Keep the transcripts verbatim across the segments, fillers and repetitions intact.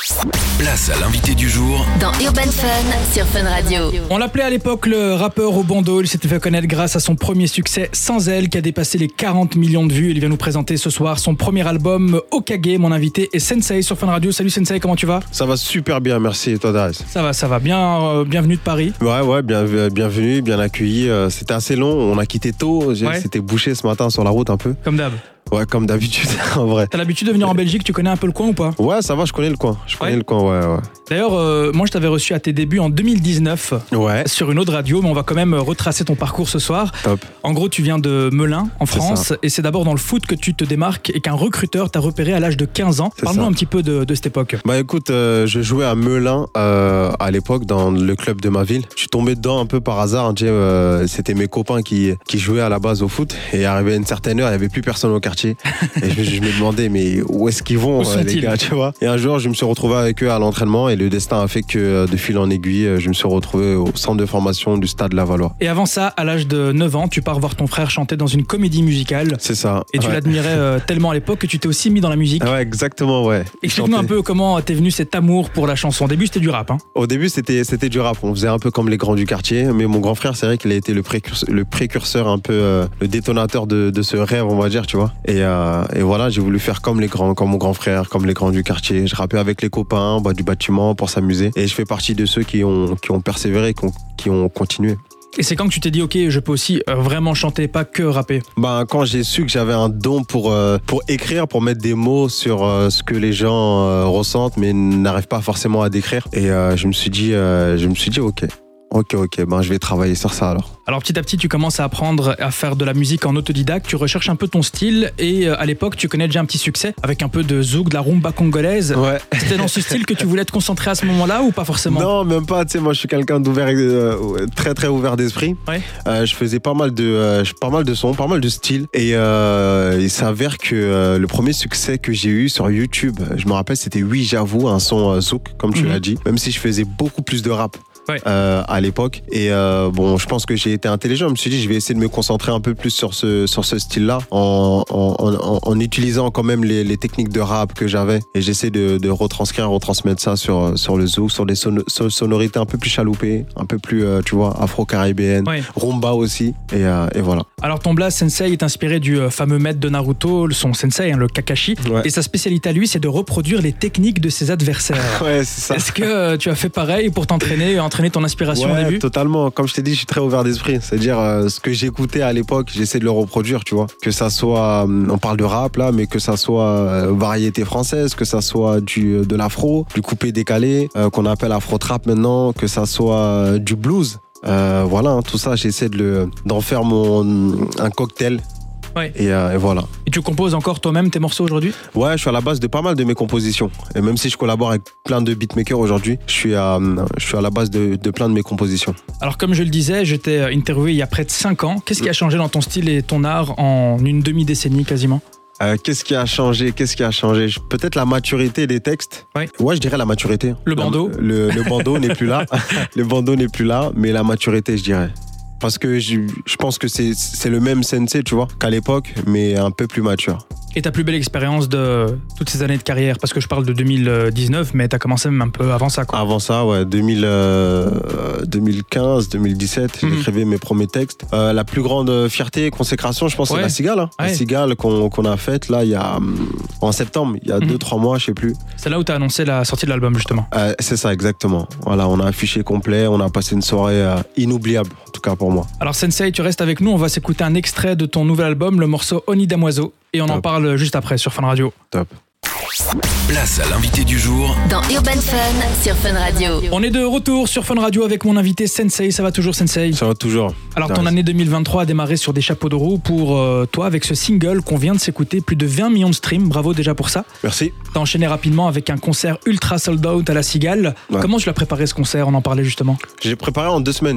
Place à l'invité du jour dans Urban Fun sur Fun Radio. On l'appelait à l'époque le rappeur au bandeau. Il s'était fait connaître grâce à son premier succès Sans Elle qui a dépassé les quarante millions de vues. Il vient nous présenter ce soir son premier album Okage. Mon invité est Sensei sur Fun Radio. Salut Sensei, comment tu vas ? Ça va super bien, merci. Et toi Darius ? Ça va, ça va bien. Euh, bienvenue de Paris. Ouais, ouais, bien, bienvenue, bien accueilli. Euh, c'était assez long, on a quitté tôt. Ouais. C'était bouché ce matin sur la route un peu. Comme d'hab. Ouais, comme d'habitude, en vrai. T'as l'habitude de venir en Belgique, tu connais un peu le coin ou pas ? Ouais, ça va, je connais le coin. Je connais ouais. le coin, ouais, ouais. D'ailleurs, euh, moi je t'avais reçu à tes débuts en deux mille dix-neuf ouais. sur une autre radio, mais on va quand même retracer ton parcours ce soir. Top. En gros, tu viens de Melun, en France, et c'est d'abord dans le foot que tu te démarques et qu'un recruteur t'a repéré à l'âge de quinze ans. Parle-nous un petit peu de, de cette époque. Bah écoute, euh, je jouais à Melun euh, à l'époque dans le club de ma ville. Je suis tombé dedans un peu par hasard. Hein, euh, c'était mes copains qui, qui jouaient à la base au foot, et arrivé à une certaine heure, il n'y avait plus personne au quartier. Et je, je me demandais, mais où est-ce qu'ils vont, euh, les gars, tu vois ? Et un jour, je me suis retrouvé avec eux à l'entraînement, et le destin a fait que de fil en aiguille, je me suis retrouvé au centre de formation du Stade Lavallois. Et avant ça, à l'âge de neuf ans, tu pars voir ton frère chanter dans une comédie musicale. C'est ça. Et tu ouais. l'admirais euh, tellement à l'époque que tu t'es aussi mis dans la musique. Ouais, exactement, ouais. Explique-nous un peu comment t'es venu cet amour pour la chanson. Au début, c'était du rap. Hein. Au début, c'était, c'était du rap. On faisait un peu comme les grands du quartier. Mais mon grand frère, c'est vrai qu'il a été le précurseur, le précurseur un peu, euh, le détonateur de, de ce rêve, on va dire, tu vois. Et, euh, et voilà, j'ai voulu faire comme les grands, comme mon grand frère, comme les grands du quartier. Je rappais avec les copains, bah, du bâtiment pour s'amuser. Et je fais partie de ceux qui ont, qui ont persévéré, qui ont, qui ont continué. Et c'est quand que tu t'es dit, ok, je peux aussi euh, vraiment chanter, pas que rapper ? Ben, quand j'ai su que j'avais un don pour, euh, pour écrire, pour mettre des mots sur euh, ce que les gens euh, ressentent, mais n'arrivent pas forcément à décrire. Et euh, je me suis dit, euh, je me suis dit, ok. Ok, ok, ben je vais travailler sur ça alors. Alors petit à petit, tu commences à apprendre à faire de la musique en autodidacte, tu recherches un peu ton style et euh, à l'époque, tu connais déjà un petit succès avec un peu de zouk, de la rumba congolaise. Ouais. C'était dans ce style que tu voulais te concentrer à ce moment-là ou pas forcément ? Non, même pas, tu sais, moi je suis quelqu'un d'ouvert, euh, très très ouvert d'esprit. Ouais. Euh, je faisais pas mal de, euh, pas mal de sons, pas mal de styles et euh, il s'avère que euh, le premier succès que j'ai eu sur YouTube, je me rappelle, c'était Oui, j'avoue, un son euh, zouk, comme tu mm-hmm. l'as dit, même si je faisais beaucoup plus de rap. Ouais. Euh, à l'époque et euh, bon je pense que j'ai été intelligent, je me suis dit je vais essayer de me concentrer un peu plus sur ce, sur ce style là en, en, en, en utilisant quand même les, les techniques de rap que j'avais et j'essaie de, de retranscrire, retransmettre ça sur, sur le zouk, sur des son, sonorités un peu plus chaloupées, un peu plus euh, tu vois afro-caribéennes, ouais. rumba aussi et, euh, et voilà. Alors ton blaze Sensei est inspiré du fameux maître de Naruto, son sensei, hein, le Kakashi, ouais. et sa spécialité à lui c'est de reproduire les techniques de ses adversaires. Ouais, c'est ça. Est-ce que euh, tu as fait pareil pour t'entraîner entraîner ton inspiration ouais, au début ? Totalement. Comme je t'ai dit, je suis très ouvert d'esprit. C'est-à-dire, euh, ce que j'écoutais à l'époque, j'essaie de le reproduire, tu vois. Que ça soit, euh, on parle de rap là, mais que ça soit euh, variété française, que ça soit du, de l'afro, du coupé décalé, euh, qu'on appelle afro-trap maintenant, que ça soit euh, du blues. Euh, voilà, hein, tout ça, j'essaie de le, d'en faire mon, un cocktail. Ouais. Et, euh, et voilà. Et tu composes encore toi-même tes morceaux aujourd'hui ? Ouais, je suis à la base de pas mal de mes compositions. Et même si je collabore avec plein de beatmakers aujourd'hui, je suis à, je suis à la base de, de plein de mes compositions. Alors comme je le disais, j'étais interviewé il y a près de cinq ans. Qu'est-ce qui a changé dans ton style et ton art en une demi-décennie quasiment ? Euh, qu'est-ce qui a changé Qu'est-ce qui a changé Peut-être la maturité des textes. Oui. Ouais, je dirais la maturité. Le bandeau. La, le, le bandeau n'est plus là. Le bandeau n'est plus là, mais la maturité, je dirais. Parce que je, je pense que c'est, c'est le même sensei, tu vois, qu'à l'époque, mais un peu plus mature. Et ta plus belle expérience de toutes ces années de carrière ? Parce que je parle de deux mille dix-neuf, mais t'as commencé même un peu avant ça, quoi. Avant ça, ouais, deux mille, euh, deux mille quinze, deux mille dix-sept, mmh. j'écrivais mes premiers textes. Euh, la plus grande fierté et consécration, je pense, ouais. c'est la Cigale. Hein. Ouais. La Cigale qu'on, qu'on a faite, là, il y a, en septembre, il y a deux, trois mois, je sais plus. C'est là où t'as annoncé la sortie de l'album, justement. Euh, c'est ça, exactement. Voilà, on a affiché complet, on a passé une soirée euh, inoubliable, en tout cas pour moi. Alors, Sensei, tu restes avec nous, on va s'écouter un extrait de ton nouvel album, le morceau Oni Damoiseau. Et on Top. En parle juste après sur Fun Radio. Top. Place à l'invité du jour dans Urban Fun sur Fun Radio. On est de retour sur Fun Radio avec mon invité Sensei. Ça va toujours, Sensei ? Ça va toujours. Alors ton année deux mille vingt-trois a démarré sur des chapeaux de roue pour euh, toi avec ce single qu'on vient de s'écouter, plus de vingt millions de streams. Bravo déjà pour ça. Merci. T'as enchaîné rapidement avec un concert ultra sold out à la Cigale. Ouais. Comment tu l'as préparé ce concert ? On en parlait justement. J'ai préparé en deux semaines.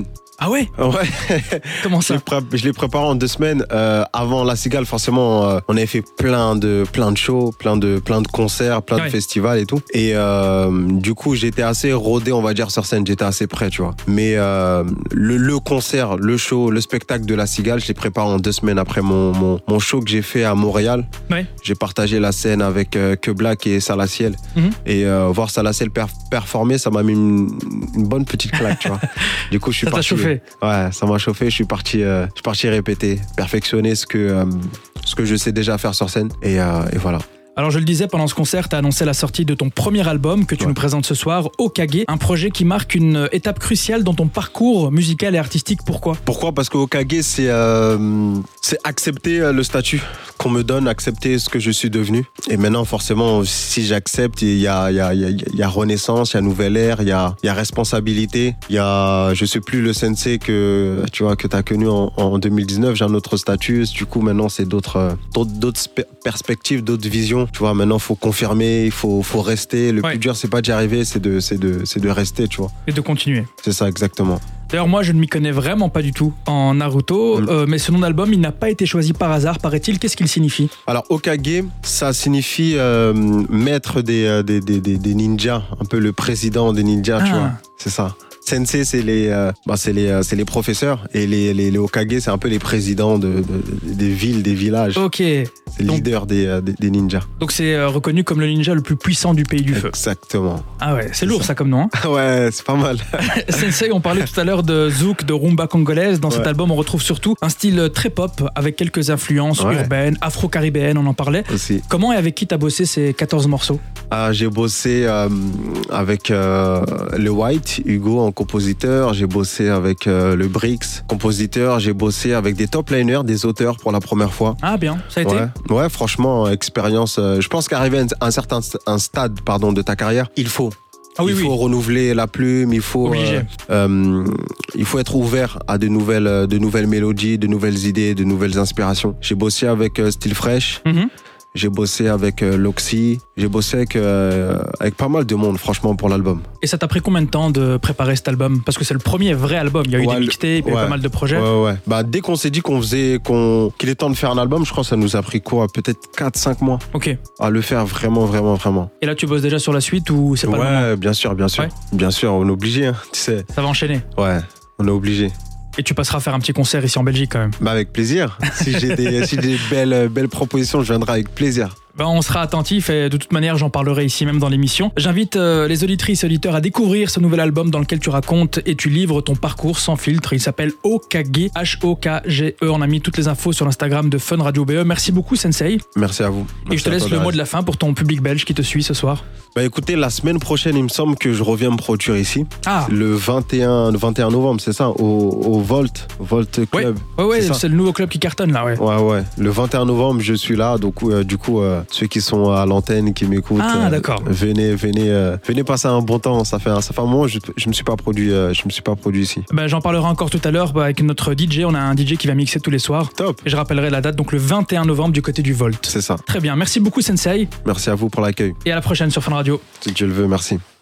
Ah ouais? Ouais. Comment Je ça? l'ai, pré- je l'ai préparé en deux semaines. Euh, avant La Cigale, forcément, euh, on avait fait plein de, plein de shows, plein de, plein de concerts, plein Ouais. de festivals et tout. Et euh, du coup, j'étais assez rodé, on va dire, sur scène. J'étais assez prêt, tu vois. Mais euh, le, le concert, le show, le spectacle de La Cigale, je l'ai préparé en deux semaines après mon, mon, mon show que j'ai fait à Montréal. Ouais. J'ai partagé la scène avec euh, Que Black et Salaciel. Mhm. Et euh, voir Salaciel per- performer, ça m'a mis une, une bonne petite claque, tu vois. Du coup, je suis Ça t'a parti. chauffé? Ouais, ça m'a chauffé. Je suis parti, euh, je suis parti répéter, perfectionner ce que, euh, ce que je sais déjà faire sur scène. Et, euh, et voilà. Alors je le disais, pendant ce concert, tu as annoncé la sortie de ton premier album que tu Ouais. nous présentes ce soir, Okage, un projet qui marque une étape cruciale dans ton parcours musical et artistique. Pourquoi? Pourquoi? Parce que Okage, c'est euh, c'est accepter euh, le statut qu'on me donne, accepter ce que je suis devenu. Et maintenant, forcément, si j'accepte, il y a, il y, a, il y, a, il y a renaissance, il y a nouvelle ère, il y a, il y a responsabilité. Il y a, je suis plus le sensei que tu vois que t'as connu en, en deux mille dix-neuf. J'ai un autre statut. Du coup, maintenant, c'est d'autres, euh, d'autres, d'autres spe- perspectives, d'autres visions. Tu vois, maintenant, faut confirmer, il faut, faut rester. Le Ouais. plus dur, c'est pas d'y arriver, c'est de, c'est de, c'est de rester. Tu vois, Et de continuer. c'est ça exactement. D'ailleurs, moi, je ne m'y connais vraiment pas du tout en Naruto, Mm. euh, mais ce nom d'album, il n'a pas été choisi par hasard, paraît-il. Qu'est-ce qu'il signifie? Alors, Okage, ça signifie euh, maître des, euh, des, des, des, des ninjas, un peu le président des ninjas, tu Ah. vois. C'est ça. Sensei, c'est les, euh, bah, c'est les, euh, c'est les professeurs. Et les, les, les Okage, c'est un peu les présidents de, de- des villes, des villages. Ok, C'est les donc- leaders des, euh, des, des ninjas. donc c'est euh, reconnu comme le ninja le plus puissant du pays du feu. Exactement. Ah ouais, c'est C'est lourd ça. ça comme nom. Hein. Ouais, c'est pas mal. Sensei, on parlait tout à l'heure de zouk, de rumba congolaise. Dans cet Ouais. album, on retrouve surtout un style très pop avec quelques influences Ouais. urbaines, afro-caribéennes, on en parlait. Aussi. Comment et avec qui t'as bossé ces quatorze morceaux? Ah, j'ai bossé euh, avec euh, le White, Hugo en compositeur. J'ai bossé avec euh, le Brix, compositeur. J'ai bossé avec des top liners, des auteurs pour la première fois. Ah bien, ça a été? Ouais, ouais, franchement, expérience. euh, je pense qu'arriver à un certain st- un stade pardon, de ta carrière, il faut. Ah oui, il oui. faut renouveler la plume, il faut, Obligé. euh, euh, il faut être ouvert à de nouvelles, euh, de nouvelles mélodies, de nouvelles idées, de nouvelles inspirations. J'ai bossé avec euh, Style Fresh, Mhm. j'ai bossé avec euh, Loxy, j'ai bossé avec, euh, avec pas mal de monde, franchement, pour l'album. Et ça t'a pris combien de temps de préparer cet album? Parce que c'est le premier vrai album. Il y a eu Ouais, des le- mixtapes, il y a eu ouais. pas mal de projets. Ouais, ouais. Bah, dès qu'on s'est dit qu'on faisait, qu'on, qu'il est temps de faire un album, je crois que ça nous a pris quoi? Peut-être quatre cinq mois Ok. à le faire vraiment, vraiment, vraiment. Et là, tu bosses déjà sur la suite ou c'est pas le moment? Ouais, bien sûr, bien sûr. Ouais. Bien sûr, on est obligé, hein, tu sais. Ça va enchaîner. Ouais, on est obligé. Et tu passeras faire un petit concert ici en Belgique quand même. Bah, avec plaisir. Si j'ai des, si j'ai des belles, belles propositions, je viendrai avec plaisir. Ben, on sera attentif et de toute manière j'en parlerai ici même dans l'émission. J'invite euh, les auditrices et auditeurs à découvrir ce nouvel album dans lequel tu racontes et tu livres ton parcours sans filtre. Il s'appelle Okage, H O K G E. On a mis toutes les infos sur l'Instagram de Fun Radio B E. Merci beaucoup Sensei. Merci à vous. Et Merci je te à laisse toi, le Darès. mot de la fin pour ton public belge qui te suit ce soir. Bah écoutez, la semaine prochaine, il me semble que je reviens me produire ici. Ah Le vingt et un, le vingt et un novembre, c'est ça, au, au Volt, Volt Club. ouais ouais, c'est ça. c'est le nouveau club qui cartonne là, ouais. Ouais, ouais. Le vingt et un novembre, je suis là. Donc, euh, du coup, euh, ceux qui sont à l'antenne, qui m'écoutent, Ah, euh, d'accord. venez, venez, euh, venez passer un bon temps. Ça fait un, ça fait un moment, je, je me suis pas produit, euh, je me suis pas produit ici. Ben, j'en parlerai encore tout à l'heure bah, avec notre D J. On a un D J qui va mixer tous les soirs. Top. Et je rappellerai la date, donc le vingt et un novembre du côté du Volt. C'est ça. Très bien, merci beaucoup Sensei Merci à vous pour l'accueil. et à la prochaine sur Fun Radio. Si Dieu le veut, merci.